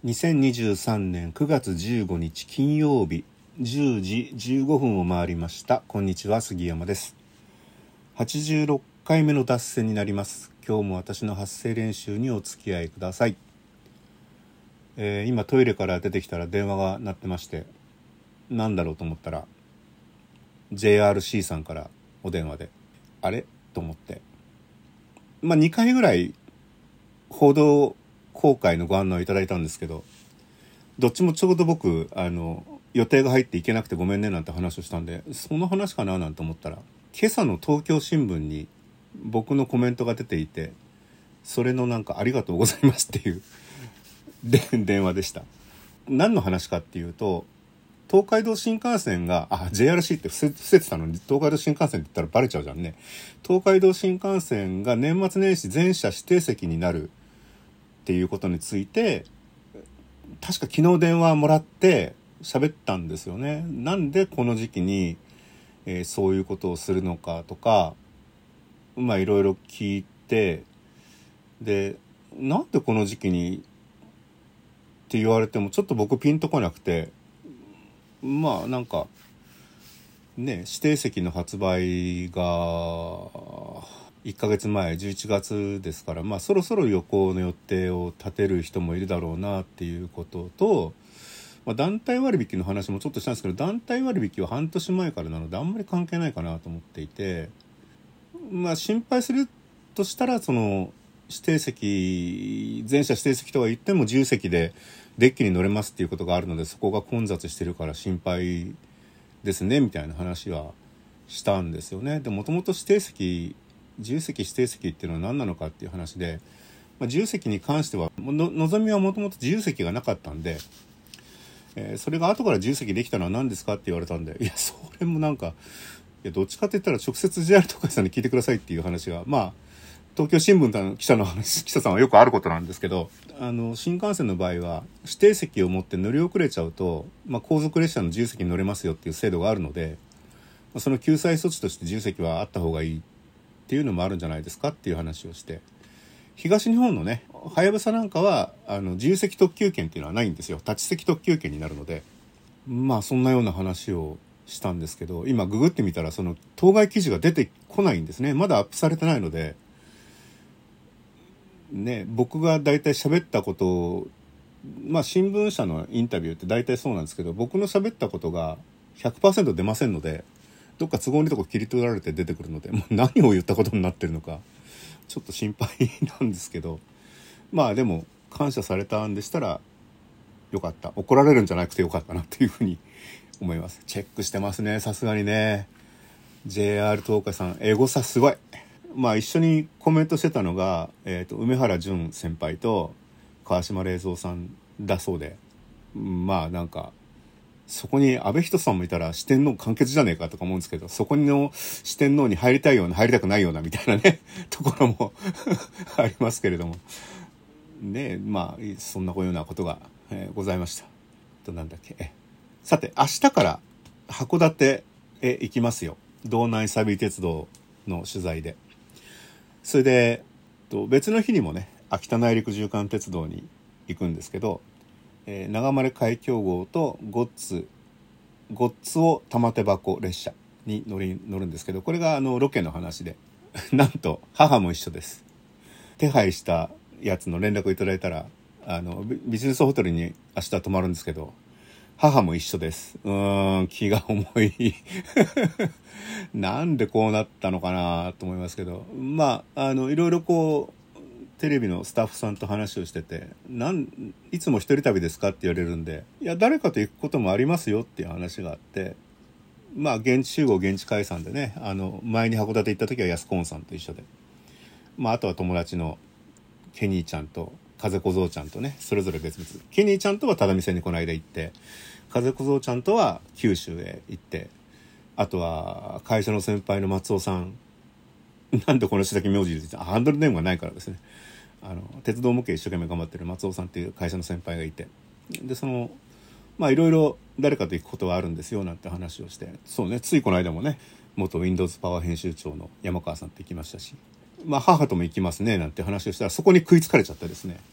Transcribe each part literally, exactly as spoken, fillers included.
にせんにじゅうさんねんくがつじゅうごにち金曜日じゅうじじゅうごふんを回りました。こんにちは、杉山です。はちじゅうろっかいめの脱線になります。今日も私の発声練習にお付き合いください。えー、今トイレから出てきたら電話が鳴ってまして、なんだろうと思ったら ジェイアールシー さんからお電話で、あれと思って、まあにかいぐらい報道公開のご案内をいただいたんですけど、どっちもちょうど僕あの予定が入っていけなくてごめんねなんて話をしたんで、その話かななんて思ったら、今朝の東京新聞に僕のコメントが出ていて、それのなんかありがとうございますっていうで電話でした。何の話かっていうと、東海道新幹線があ ジェイアールシー って伏せ、伏せてたのに東海道新幹線って言ったらバレちゃうじゃんね。東海道新幹線が年末年始全車指定席になるっていうことについて、確か昨日電話もらって喋ったんですよね。なんでこの時期に、えー、そういうことをするのかとか、まあいろいろ聞いて、でなんでこの時期にって言われてもちょっと僕ピンとこなくて、まあなんかね、指定席の発売がいっかげつまえじゅういちがつですから、まあそろそろ旅行の予定を立てる人もいるだろうなっていうことと、まあ、団体割引の話もちょっとしたんですけど、団体割引は半年前からなのであんまり関係ないかなと思っていて、まあ心配するとしたら、その指定席、全車指定席とは言っても自由席でデッキに乗れますっていうことがあるので、そこが混雑してるから心配ですねみたいな話はしたんですよね。でもともと指定席、自由席指定席っていうのは何なのかっていう話で、まあ、自由席に関してはののぞみはもともと自由席がなかったんで、えー、それが後から自由席できたのは何ですかって言われたんで、いやそれもなんか、いやどっちかって言ったら直接 ジェイアール 東海さんに聞いてくださいっていう話が、まあ東京新聞の記者の話、記者さんはよくあることなんですけど、あの新幹線の場合は指定席を持って乗り遅れちゃうと、まあ、後続列車の自由席に乗れますよっていう制度があるので、その救済措置として自由席はあった方がいいっていうのもあるんじゃないですかっていう話をして、東日本のねはやぶさなんかはあの自由席特急券っていうのはないんですよ。立ち席特急券になるので、まあそんなような話をしたんですけど、今ググってみたらその当該記事が出てこないんですね。まだアップされてないのでね、僕が大体喋ったことを、まあ新聞社のインタビューって大体そうなんですけど、僕の喋ったことが ひゃくパーセント 出ませんので、どっか都合のいいとこ切り取られて出てくるので、もう何を言ったことになってるのかちょっと心配なんですけど、まあでも感謝されたんでしたらよかった、怒られるんじゃなくてよかったなっていうふうに思います。チェックしてますね、さすがにね。 ジェイアール 東海さんエゴサすごい。まあ一緒にコメントしてたのが、えーと、梅原淳先輩と川島玲三さんだそうで、まあなんかそこに安倍仁さんもいたら四天王完結じゃねえかとか思うんですけど、そこの四天王に入りたいような入りたくないようなみたいなねところもありますけれどもね。まあそんなようなことが、えー、ございました。となんだっけ、えさて明日から函館へ行きますよ。道南サビ鉄道の取材で。それで別の日にもね秋田内陸縦貫鉄道に行くんですけど、えー、長丸海峡号とゴッツゴッツを玉手箱列車に乗り乗るんですけど、これがあのロケの話でなんと母も一緒です。手配したやつの連絡をいただいたら、あのビジネスホテルに明日泊まるんですけど、母も一緒です。うーん気が重いなんでこうなったのかなと思いますけど、まああのいろいろこうテレビのスタッフさんと話をしてて、なんいつも一人旅ですかって言われるんで、いや誰かと行くこともありますよっていう話があって、まあ現地集合現地解散でね、あの前に函館行った時は安コーンさんと一緒で、まああとは友達のケニーちゃんと風小僧ちゃんとね、それぞれ別々。ケニーちゃんとは只見線にこの間行って、風小僧ちゃんとは九州へ行って、あとは会社の先輩の松尾さん、なんでこの人だけ名字でハンドルネームがないからですね、あの鉄道模型一生懸命頑張ってる松尾さんっていう会社の先輩がいて、でそのまあいろいろ誰かと行くことはあるんですよなんて話をして、そうね、ついこの間もね元 Windows パワー編集長の山川さんって行きましたし、まあ母とも行きますねなんて話をしたら、そこに食いつかれちゃってですね、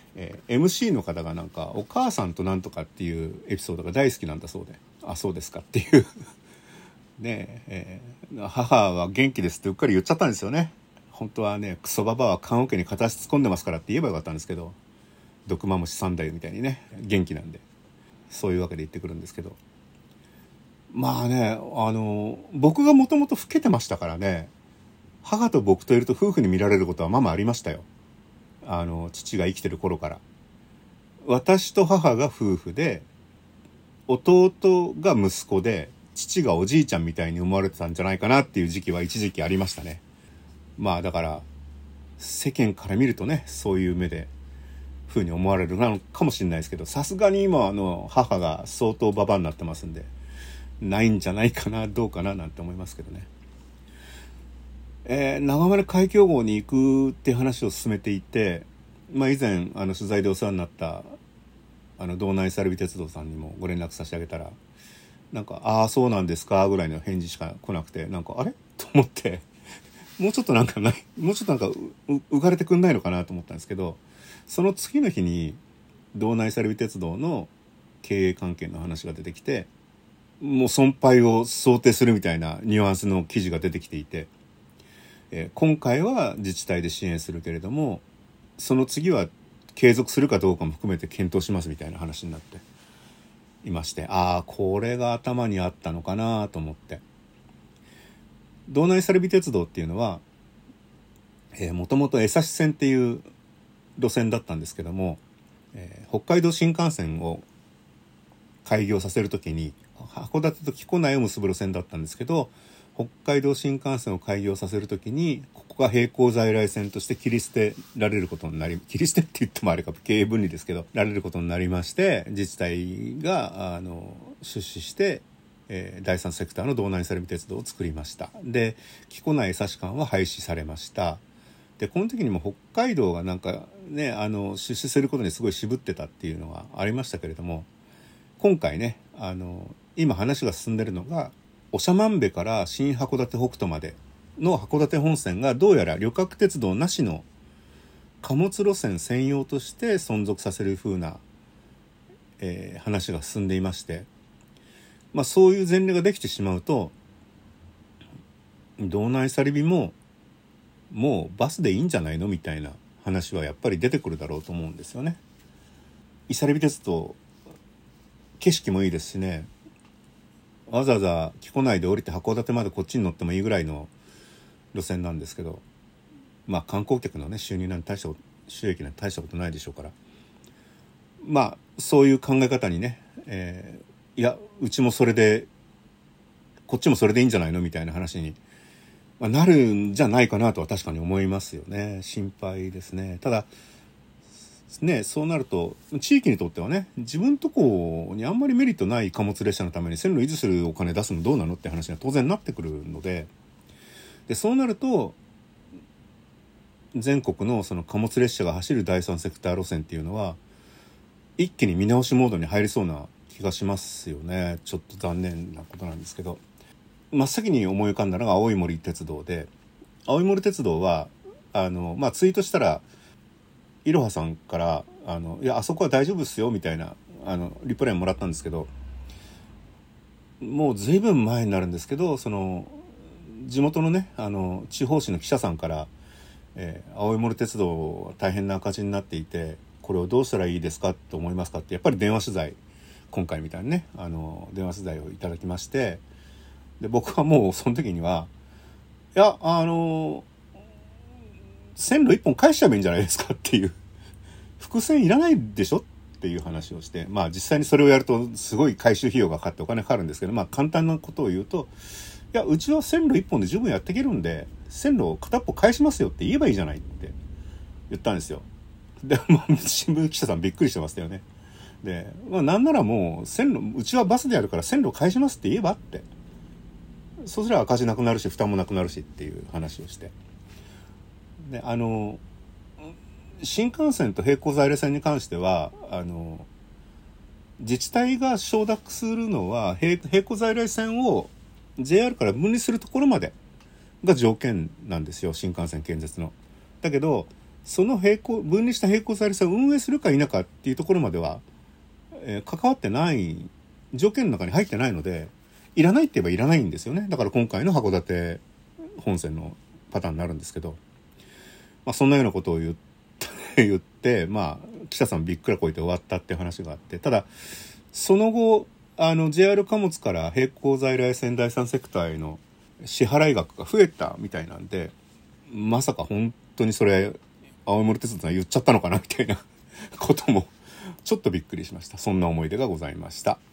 えー、エムシー の方がなんかお母さんとなんとかっていうエピソードが大好きなんだそうで、あそうですかっていうねえー、母は元気ですってうっかり言っちゃったんですよね。本当はね、クソババアは棺桶に片足突っ込んでますからって言えばよかったんですけど、毒マムシ三代みたいにね元気なんで、そういうわけで言ってくるんですけど、まあね、あの僕がもともと老けてましたからね、母と僕といると夫婦に見られることはまあまあありましたよ。あの父が生きてる頃から。私と母が夫婦で、弟が息子で、父がおじいちゃんみたいに思われてたんじゃないかなっていう時期は一時期ありましたね。まあだから世間から見るとね、そういう目で風に思われるのかもしれないですけど、さすがに今あの母が相当ババアになってますんで、ないんじゃないかな、どうかななんて思いますけどね。えー、長丸海峡号に行くって話を進めていて、まあ以前あの取材でお世話になったあの道内サルビ鉄道さんにもご連絡差し上げたら、なんかああそうなんですかぐらいの返事しか来なくて、なんかあれと思ってもうちょっとなんかないもうちょっとなんか浮かれてくんないのかなと思ったんですけど、その次の日に道内サルビ鉄道の経営関係の話が出てきて、もう損廃を想定するみたいなニュアンスの記事が出てきていて、えー、今回は自治体で支援するけれども、その次は継続するかどうかも含めて検討しますみたいな話になっていまして、ああこれが頭にあったのかなと思って。道内サルビ鉄道っていうのは、えー、もともと江差線っていう路線だったんですけども、えー、北海道新幹線を開業させるときに函館と木古内を結ぶ路線だったんですけど、北海道新幹線を開業させるときにここが並行在来線として切り捨てられることになり、切り捨てって言ってもあれか経営分離ですけど、られることになりまして、自治体があの出資してえー、だいさんセクターの道内サルビ鉄道を作りました。で、木古内江差間は廃止されました。で、この時にも北海道がなんかね、あの出資することにすごい渋ってたっていうのがありましたけれども、今回ね、あの今話が進んでるのが長万部から新函館北斗までの函館本線がどうやら旅客鉄道なしの貨物路線専用として存続させる風な、えー、話が進んでいまして、まあ、そういう前例ができてしまうと、道内サリビももうバスでいいんじゃないのみたいな話はやっぱり出てくるだろうと思うんですよね。伊サリビ鉄道景色もいいですしね、わざわざ木古内で降りて函館までこっちに乗ってもいいぐらいの路線なんですけど、まあ観光客のね収入なんて大した収益なんて大したことないでしょうから、まあそういう考え方にね、えーいやうちもそれでこっちもそれでいいんじゃないのみたいな話になるんじゃないかなとは確かに思いますよね。心配ですね。ただね、そうなると地域にとってはね、自分とこにあんまりメリットない貨物列車のために線路維持するお金出すのどうなのって話には当然なってくるので、でそうなると全国のその貨物列車が走るだいさんセクター路線っていうのは一気に見直しモードに入りそうな気がしますよね。ちょっと残念なことなんですけど、真っ先に思い浮かんだのが青い森鉄道で、青い森鉄道はあの、まあ、ツイートしたらいろはさんからあのいやあそこは大丈夫ですよみたいなあのリプライもらったんですけど、もうずいぶん前になるんですけど、その地元のねあの地方紙の記者さんから、えー、青い森鉄道は大変な赤字になっていてこれをどうしたらいいですかと思いますかってやっぱり電話取材、今回みたいにねあの電話取材をいただきまして、で僕はもうその時にはいやあの線路一本返しちゃえばいいんじゃないですかっていう伏線いらないでしょっていう話をして、まあ実際にそれをやるとすごい回収費用がかかってお金かかるんですけど、まあ簡単なことを言うと、いやうちは線路一本で十分やっていけるんで線路を片っぽ返しますよって言えばいいじゃないって言ったんですよ。で、まあ、新聞記者さんびっくりしてましたよね。で、まあ、なんならもう線路うちはバスでやるから線路返しますって言えばって、そうすれば赤字なくなるし負担もなくなるしっていう話をして、であの新幹線と並行在来線に関してはあの自治体が承諾するのは並行在来線を ジェイアール から分離するところまでが条件なんですよ、新幹線建設の。だけどその並行分離した並行在来線を運営するか否かっていうところまでは、えー、関わってない条件の中に入ってないので、いらないって言えばいらないんですよね。だから今回の函館本線のパターンになるんですけど、まあ、そんなようなことを言って言ってまあ記者さんびっくらこいて終わったっていう話があって、ただその後あの ジェイアール 貨物から並行在来線第三セクターへの支払い額が増えたみたいなんで、まさか本当にそれ青森鉄道が言っちゃったのかなみたいなこともちょっとびっくりしました。そんな思い出がございました。